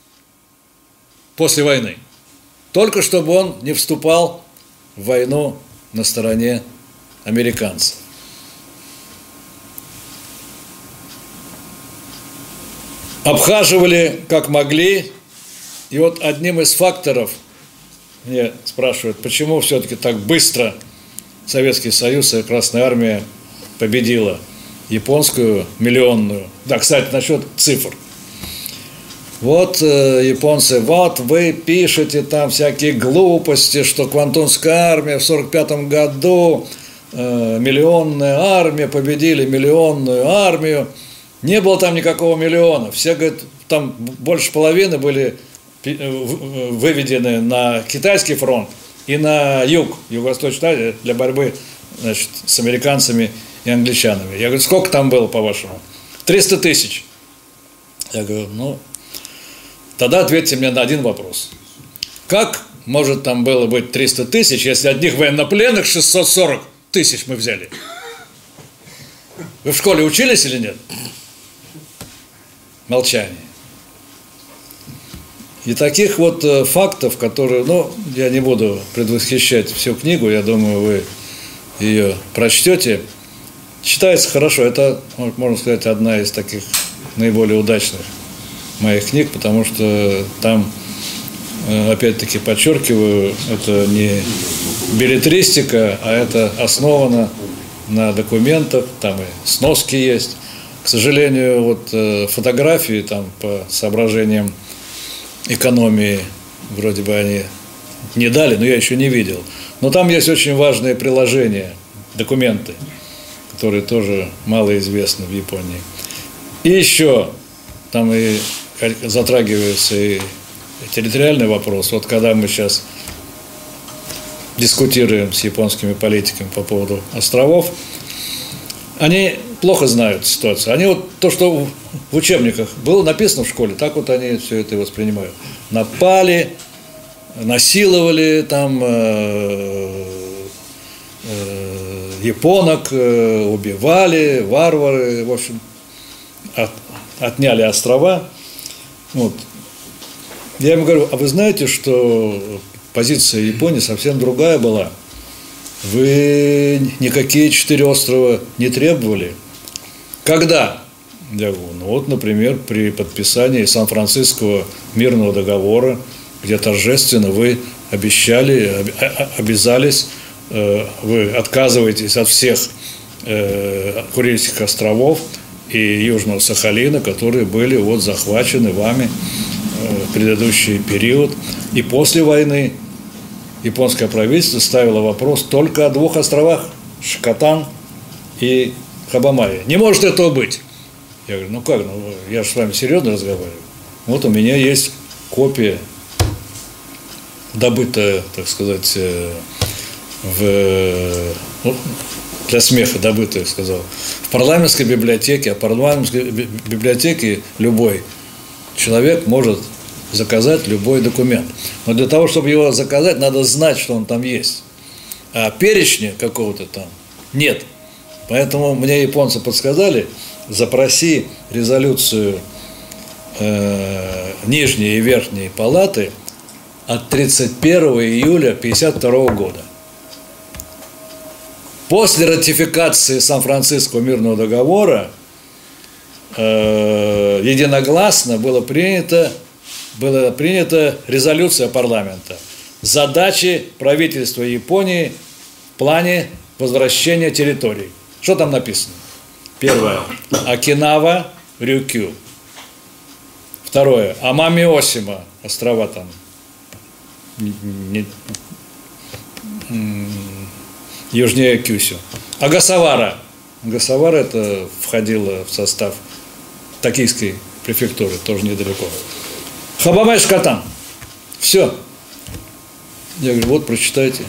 после войны, только чтобы он не вступал в войну на стороне американцев. Обхаживали как могли, и вот одним из факторов, мне спрашивают, почему все-таки так быстро Советский Союз и Красная Армия победила японскую миллионную. Да, кстати, насчет цифр. Вот японцы, вот вы пишете там всякие глупости, что Квантунская армия в 1945 году, миллионная армия, победили миллионную армию. Не было там никакого миллиона. Все, говорят, там больше половины были выведены на китайский фронт и на юг, Юго-Восточной Азии, для борьбы, значит, с американцами и англичанами. Я говорю, сколько там было, по-вашему? 300 тысяч. Я говорю, ну, тогда ответьте мне на один вопрос. Как может там было быть 300 тысяч, если одних военнопленных 640 тысяч мы взяли? Вы в школе учились или нет? Молчание. И таких вот фактов, которые, ну, я не буду предвосхищать всю книгу, я думаю, вы ее прочтете. Читается хорошо, это, можно сказать, одна из таких наиболее удачных моих книг, потому что там, опять-таки, подчеркиваю, это не беллетристика, а это основано на документах, там и сноски есть. К сожалению, вот фотографии там по соображениям экономии вроде бы они не дали, но я еще не видел. Но там есть очень важные приложения, документы, которые тоже малоизвестны в Японии. И еще там и затрагивается и территориальный вопрос. Вот когда мы сейчас дискутируем с японскими политиками по поводу островов, они плохо знают ситуацию. Они вот то, что в учебниках было написано в школе, так вот они все это и воспринимают. Напали, насиловали там японок, убивали, варвары, в общем, отняли острова. Вот. Я ему говорю, а вы знаете, что позиция Японии совсем другая была? Вы никакие 4 острова не требовали. Когда? Я говорю, ну вот, например, при подписании Сан-Франциского мирного договора, где торжественно вы обещали, обязались, вы отказываетесь от всех Курильских островов и Южного Сахалина, которые были вот захвачены вами в предыдущий период. И после войны японское правительство ставило вопрос только о 2 островах – Шикотан и Хабамаи. Не может этого быть. Я говорю, ну как, ну, я же с вами серьезно разговариваю. Вот у меня есть копия, добытая, так сказать, для смеха добытая, я сказал, в парламентской библиотеке. А в парламентской библиотеке любой человек может заказать любой документ. Но для того, чтобы его заказать, надо знать, что он там есть. А перечня какого-то там нет. Поэтому мне японцы подсказали, запроси резолюцию Нижней и Верхней палаты от 31 июля 1952 года. После ратификации Сан-Франциского мирного договора единогласно была принята резолюция парламента. Задачи правительства Японии в плане возвращения территорий. Что там написано? Первое. Окинава, Рюкю. Второе. Амами-Осима. Острова там. Южнее Кюсю. Агасавара. Агасавара это входило в состав Токийской префектуры, тоже недалеко. Хабамай, Шикотан. Все. Я говорю, вот, прочитайте.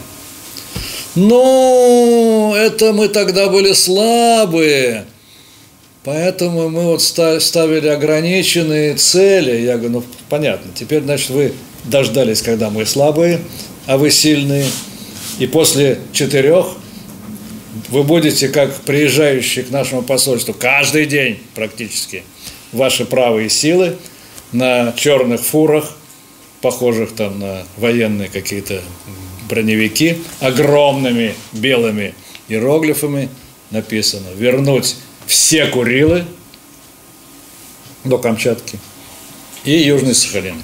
Ну, это мы тогда были слабые, поэтому мы вот ставили ограниченные цели. Я говорю, ну, понятно, теперь, значит, вы дождались, когда мы слабые, а вы сильные. И после 4 вы будете, как приезжающие к нашему посольству, каждый день практически, ваши правые силы на черных фурах, похожих там на военные какие-то броневики, огромными белыми иероглифами написано: вернуть все Курилы до Камчатки и Южный Сахалин.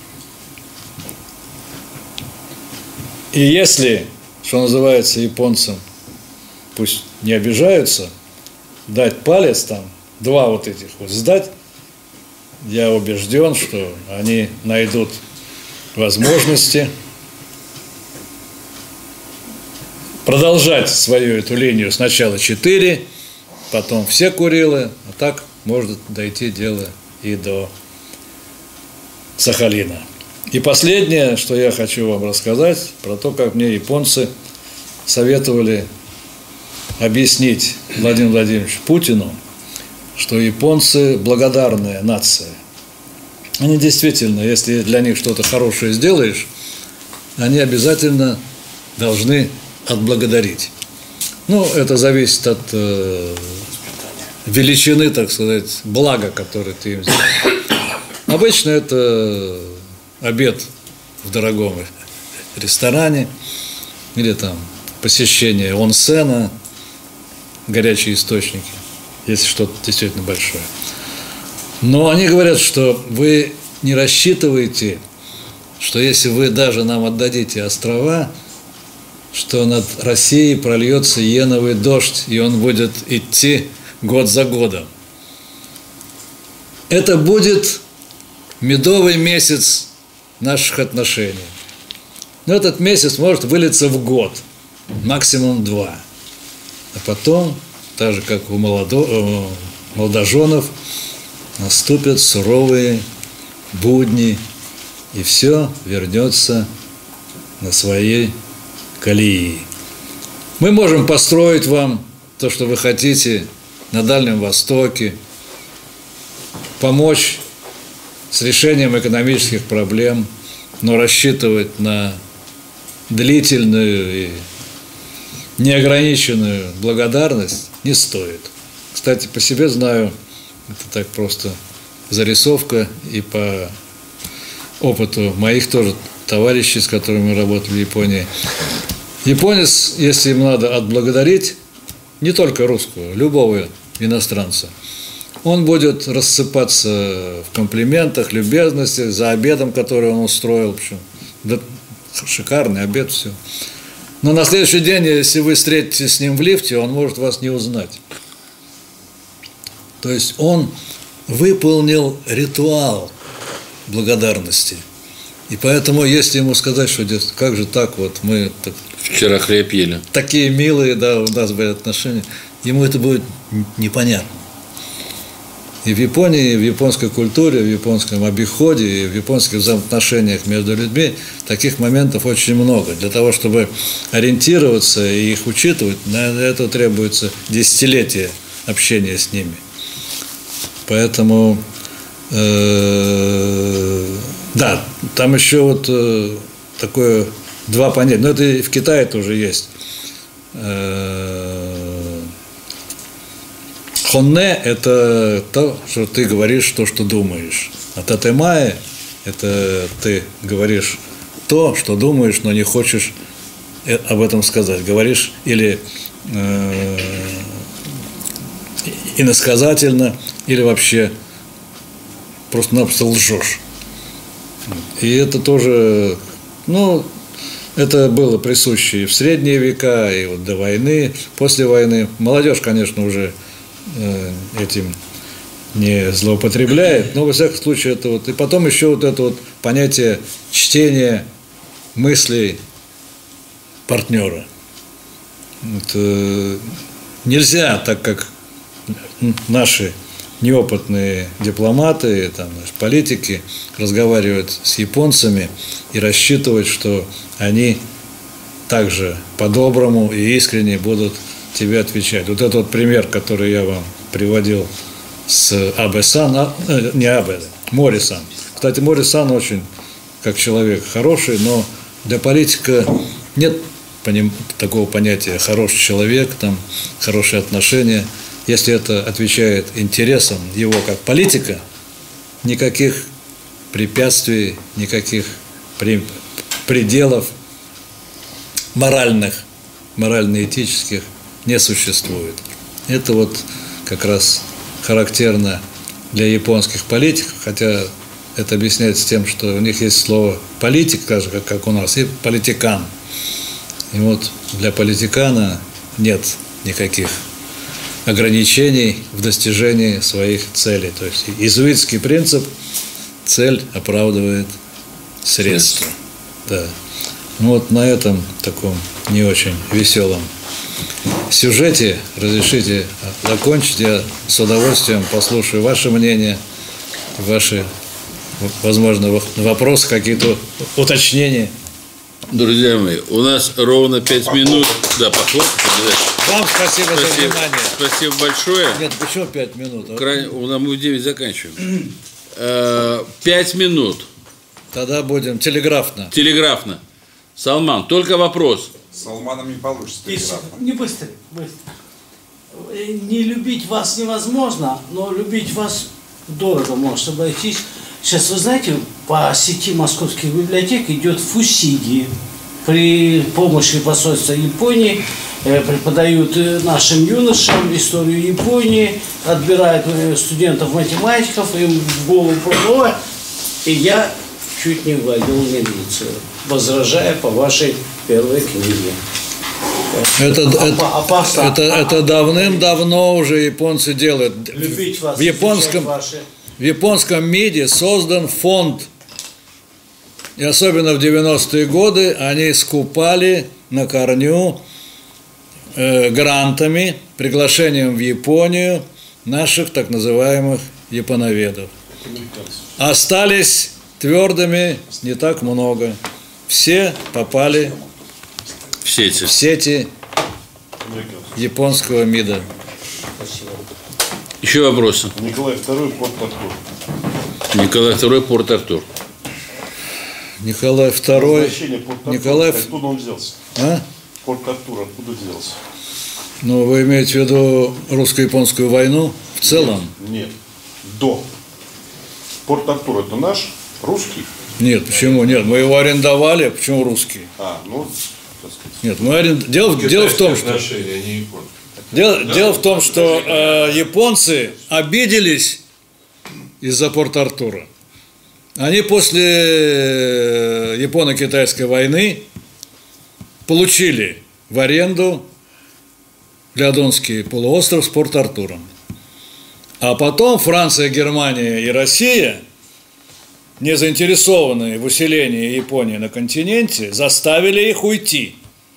И если, что называется, японцам, пусть не обижаются, дать палец там, 2 вот этих вот сдать, я убежден, что они найдут возможности продолжать свою эту линию. Сначала 4, потом все Курилы, а так может дойти дело и до Сахалина. И последнее, что я хочу вам рассказать, про то, как мне японцы советовали объяснить Владимиру Владимировичу Путину, что японцы благодарная нация. Они действительно, если для них что-то хорошее сделаешь, они обязательно должны отблагодарить. Ну, это зависит от величины, так сказать, блага, которое ты им сделал. Обычно это обед в дорогом ресторане или там посещение онсена, горячие источники, если что-то действительно большое. Но они говорят, что вы не рассчитываете, что если вы даже нам отдадите острова, что над Россией прольется иеновый дождь, и он будет идти год за годом. Это будет медовый месяц наших отношений. Но этот месяц может вылиться в год, максимум 2. А потом, так же как у молодоженов, наступят суровые будни, и все вернется на своей колеи. Мы можем построить вам то, что вы хотите на Дальнем Востоке, помочь с решением экономических проблем, но рассчитывать на длительную и неограниченную благодарность не стоит. Кстати, по себе знаю, это так просто зарисовка, и по опыту моих тоже товарищей, с которыми мы работали в Японии. Японец, если им надо отблагодарить, не только русского, любого иностранца, он будет рассыпаться в комплиментах, любезностях за обедом, который он устроил. Причем, да, шикарный обед, все. Но на следующий день, если вы встретитесь с ним в лифте, он может вас не узнать. То есть он выполнил ритуал благодарности. И поэтому, если ему сказать, что как же так, вот мы вчера хлеб ели, такие милые, да, у нас были отношения, ему это будет непонятно. И в Японии, и в японской культуре, в японском обиходе, и в японских взаимоотношениях между людьми таких моментов очень много. Для того, чтобы ориентироваться и их учитывать, для этого требуется десятилетия общения с ними. Поэтому, да, там еще вот такое два понятия. Но это и в Китае тоже есть. Хонне – это то, что ты говоришь, то, что думаешь. А татэмае – это ты говоришь то, что думаешь, но не хочешь об этом сказать. Говоришь или иносказательно, или вообще просто-напросто лжешь. И это тоже, ну, это было присуще и в средние века, и вот до войны, после войны. Молодежь, конечно, уже этим не злоупотребляет, но во всяком случае это вот. И потом еще вот это вот понятие чтения мыслей партнера. Вот, нельзя, так как наши неопытные дипломаты, там, политики разговаривают с японцами и рассчитывать, что они также по-доброму и искренне будут тебе отвечать. Вот этот вот пример, который я вам приводил с Абе-сан, не Абе, Мори-сан. Кстати, Мори-сан очень как человек хороший, но для политика нет такого понятия «хороший человек», там, «хорошие отношения». Если это отвечает интересам его как политика, никаких препятствий, никаких пределов морально-этических не существует. Это вот как раз характерно для японских политиков, хотя это объясняется тем, что у них есть слово «политик», как у нас, и «политикан». И вот для политикана нет никаких ограничений в достижении своих целей. То есть иезуитский принцип – цель оправдывает средства. Да. Ну вот на этом таком не очень веселом сюжете разрешите закончить. Я с удовольствием послушаю ваше мнение, ваши, возможно, вопросы, какие-то уточнения. Друзья мои, у нас ровно 5 минут. Да, похлопайте. Вам спасибо за внимание. Спасибо большое. Нет, почему 5 минут? Мы в 9 заканчиваем. 5 минут. Тогда будем телеграфно. Телеграфно. Салман, только вопрос. С Салманом не получится телеграфно. Не быстро. Не любить вас невозможно, но любить вас дорого может обойтись. Сейчас, вы знаете, по сети московских библиотек идет фусиги. При помощи посольства Японии преподают нашим юношам историю Японии, отбирают студентов-математиков, им в голову проплывает. И я чуть не вводил милицию, возражая по вашей первой книге. Это давным-давно уже японцы делают. Любить вас, в японском МИДе создан фонд. И особенно в 90-е годы они скупали на корню грантами, приглашением в Японию наших так называемых японоведов. Остались твердыми не так много. Все попали в сети японского МИДа. Еще вопросы? Николай II, Порт-Артур. Николай II, Порт-Артур. Николай II. Николай... Откуда он взялся? А? Порт-Артур откуда взялся? Ну, вы имеете в виду русско-японскую войну в целом? Нет. До. Порт-Артур это наш? Русский? Нет, почему? Нет, мы его арендовали. Почему русский? Так сказать. Нет, мы дело в том, что... Дело в том, что японцы обиделись из-за Порт-Артура. Они после Японо-Китайской войны получили в аренду Леодонский полуостров с Порт-Артуром. А потом Франция, Германия и Россия, не заинтересованные в усилении Японии на континенте, заставили их уйти.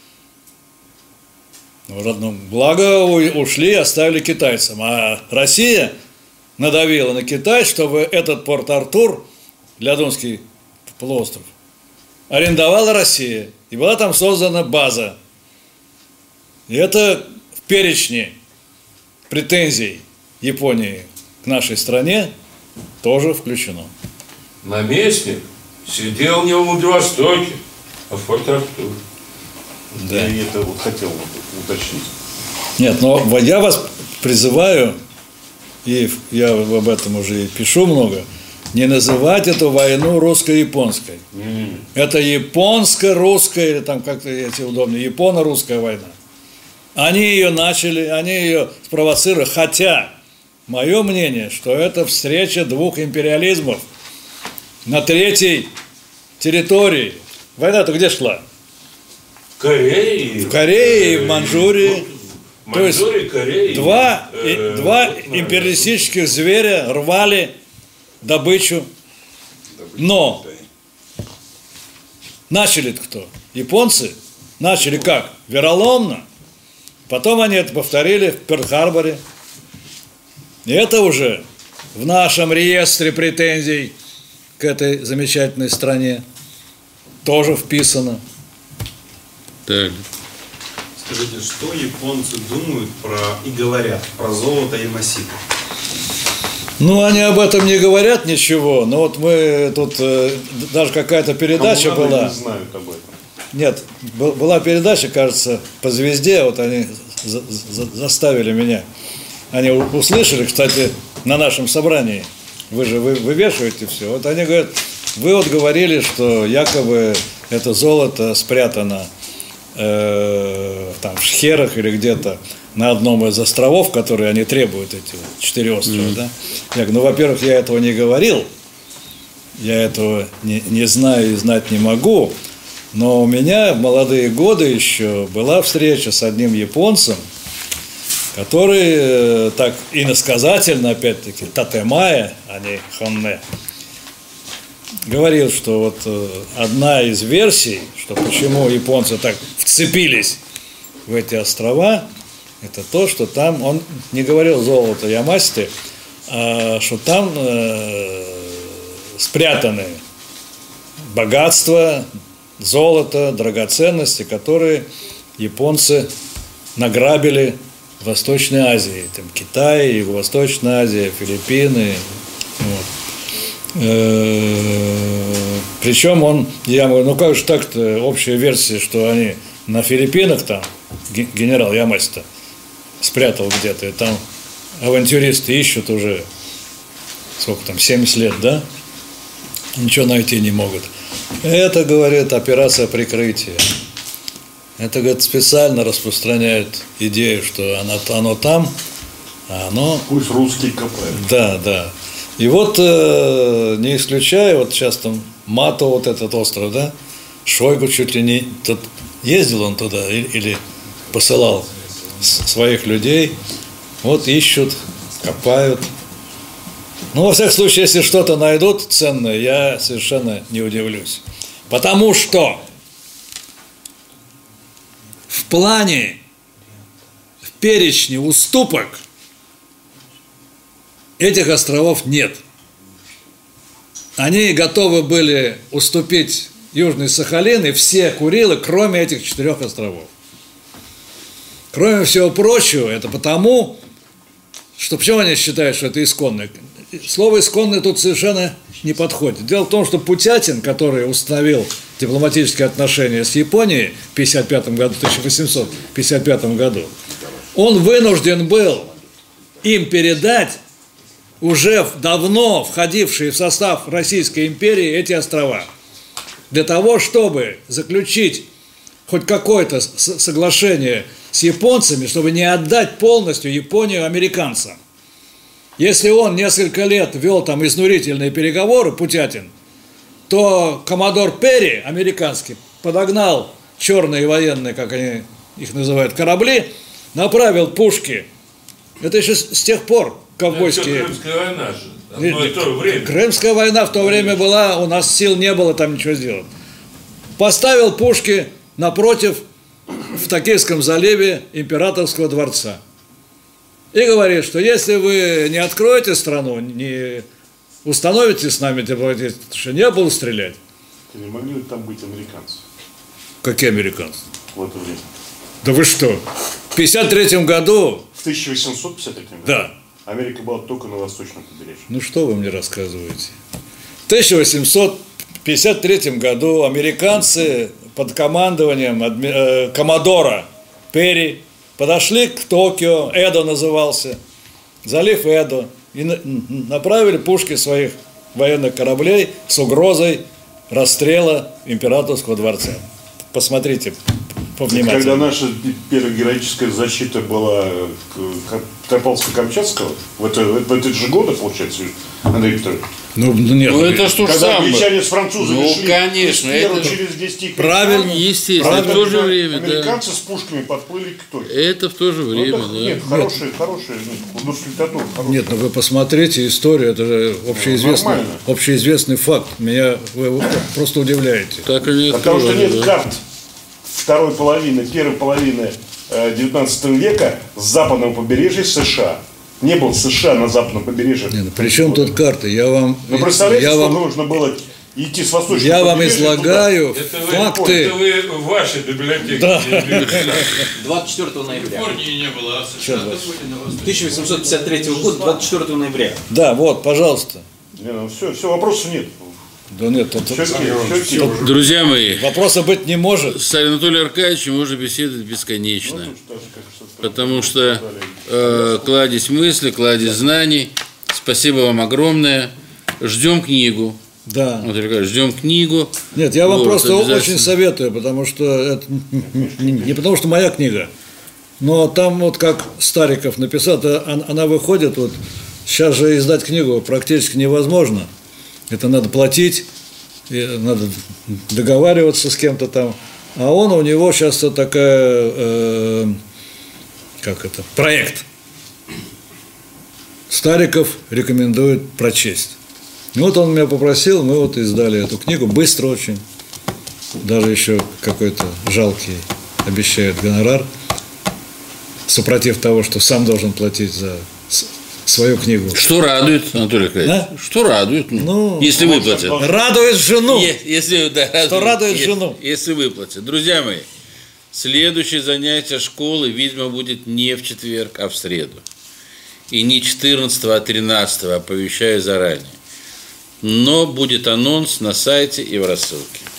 Благо ушли и оставили китайцам. А Россия надавила на Китай, чтобы этот Порт-Артур, Леодонский полуостров, арендовала Россия. И была там создана база. И это в перечне претензий Японии к нашей стране тоже включено. Наместник сидел не в Владивостоке, а в Порт-Артуре. Да. Я это хотел уточнить. Нет, но я вас призываю, и я об этом уже и пишу много, не называть эту войну русско-японской. Это японско-русская, или там как-то эти удобнее, японо-русская война. Они ее начали, они ее спровоцировали, хотя, мое мнение, что это встреча двух империализмов на третьей территории. Война-то где шла? В Корее и в Манчжурии. То есть два империалистических зверя рвали добычу. Но начали-то кто? Японцы начали как? Вероломно. Потом они это повторили в Пёрл-Харборе. И это уже в нашем реестре претензий к этой замечательной стране тоже вписано. Так. Скажите, что японцы думают и говорят про золото и массивы? Ну, они об этом не говорят ничего, но вот мы тут, даже какая-то передача была. Не знают об этом. Нет, была передача, кажется, по звезде, вот они заставили меня. Они услышали, кстати, на нашем собрании, вы же вывешиваете все. Вот они говорят, вы вот говорили, что якобы это золото спрятано там в Шхерах или где-то на одном из островов, которые они требуют, эти 4 острова, да? Я говорю, ну, во-первых, я этого не говорил, я этого не знаю и знать не могу, но у меня в молодые годы еще была встреча с одним японцем, который так иносказательно, опять-таки, татемая, а не хонне, говорил, что вот одна из версий, что почему японцы так вцепились в эти острова, это то, что там, он не говорил золото Ямасите, а что там спрятаны богатства, золото, драгоценности, которые японцы награбили в Восточной Азии, там Китай, Юго-Восточная Азия, Филиппины. Вот. Причем я говорю, ну как же так-то, общая версия, что они на Филиппинах там, генерал Ямасита спрятал где-то, и там авантюристы ищут уже, сколько там, 70 лет, да? Ничего найти не могут. Это, говорит, операция прикрытия. Это, говорит, специально распространяет идею, что оно там, а оно... Пусть русские копают. Да, да. И вот, не исключая, вот сейчас там Мато, вот этот остров, да, Шойгу чуть ли не... Ездил он туда или посылал своих людей, вот ищут, копают. Ну, во всяком случае, если что-то найдут ценное, я совершенно не удивлюсь. Потому что в плане, в перечне уступок этих островов нет. Они готовы были уступить Южный Сахалин и все Курилы, кроме этих 4 островов. Кроме всего прочего, это потому, что почему они считают, что это исконное? Слово «исконное» тут совершенно не подходит. Дело в том, что Путятин, который установил дипломатические отношения с Японией в 1855 году, он вынужден был им передать уже давно входившие в состав Российской империи эти острова. Для того, чтобы заключить хоть какое-то соглашение с японцами, чтобы не отдать полностью Японию американцам. Если он несколько лет вел там изнурительные переговоры, Путятин, то коммодор Перри, американский, подогнал черные военные, как они их называют, корабли, направил пушки. Это еще с тех пор ковбойские... Крымская война же. Одно и то же время. Крымская война в то время была, у нас сил не было там ничего сделать. Поставил пушки напротив в Токийском заливе императорского дворца. И говорит, что если вы не откроете страну, не установите с нами дипломатические отношения, я буду стрелять. Не могли ли там быть американцы Какие американцы? в это время? Да вы что? В 1953 году... В 1853 году? Да. Америка была только на восточном побережье. Ну что вы мне рассказываете? В 1853 году американцы под командованием коммодора Перри подошли к Токио, Эдо назывался, залив Эдо, и направили пушки своих военных кораблей с угрозой расстрела императорского дворца. Посмотрите повнимательнее. Когда наша первая героическая защита была Петропавловска-Камчатского, в этот же год, получается, Андрей Викторович? Ну, нет, Ну это что ж Когда самое. англичане с французами Ну, шли конечно, из Перу это через 10 правильно, естественно, правильно, в то же время, да. американцы с пушками подплыли к Токио. Это в то же время, Ну, так, да. нет, хорошая, литература. Нет, ну вы посмотрите историю, это же Нормально. общеизвестный факт. Меня вы просто удивляете. Так они Потому что открывали, нет да. карт первой половины 19 века с западного побережья США. Не было США на западном побережье. Нет, ну, при чем тут карты? Ну, представляете, я сколько вам, нужно было идти с восточного я вам побережья излагаю Это факты. вы в вашей библиотеке. Да. 24 ноября. Калифорнии не было, а США 1853 года, 24 ноября. Да, вот, пожалуйста. туда. Не, ну, все, вопросов нет. Да нет, тут Все, Друзья мои, вопроса быть не может. с Анатолием Аркадьевичем можно беседовать бесконечно. Потому что кладезь мысли, кладезь знаний. Спасибо вам огромное. Ждем книгу. Да. Анатолий Аркадьевич, ждем книгу. Нет, я вам Вот, просто обязательно. очень советую, потому что это не потому что моя книга, но там вот как Стариков написал, она выходит, вот сейчас же издать книгу практически невозможно. Это надо платить, надо договариваться с кем-то там. А у него сейчас такая проект. Стариков рекомендует прочесть. И вот он меня попросил, мы вот издали эту книгу, быстро очень. Даже еще какой-то жалкий обещают гонорар, супротив того, что сам должен платить за свою книгу. Что радует, Анатолий Николаевич? Да? Что радует? Ну, если выплатят. Радует жену. Что радует жену. Если выплатят. Друзья мои, следующее занятие школы, видимо, будет не в четверг, а в среду. И не 14, а 13, оповещаю заранее. Но будет анонс на сайте и в рассылке.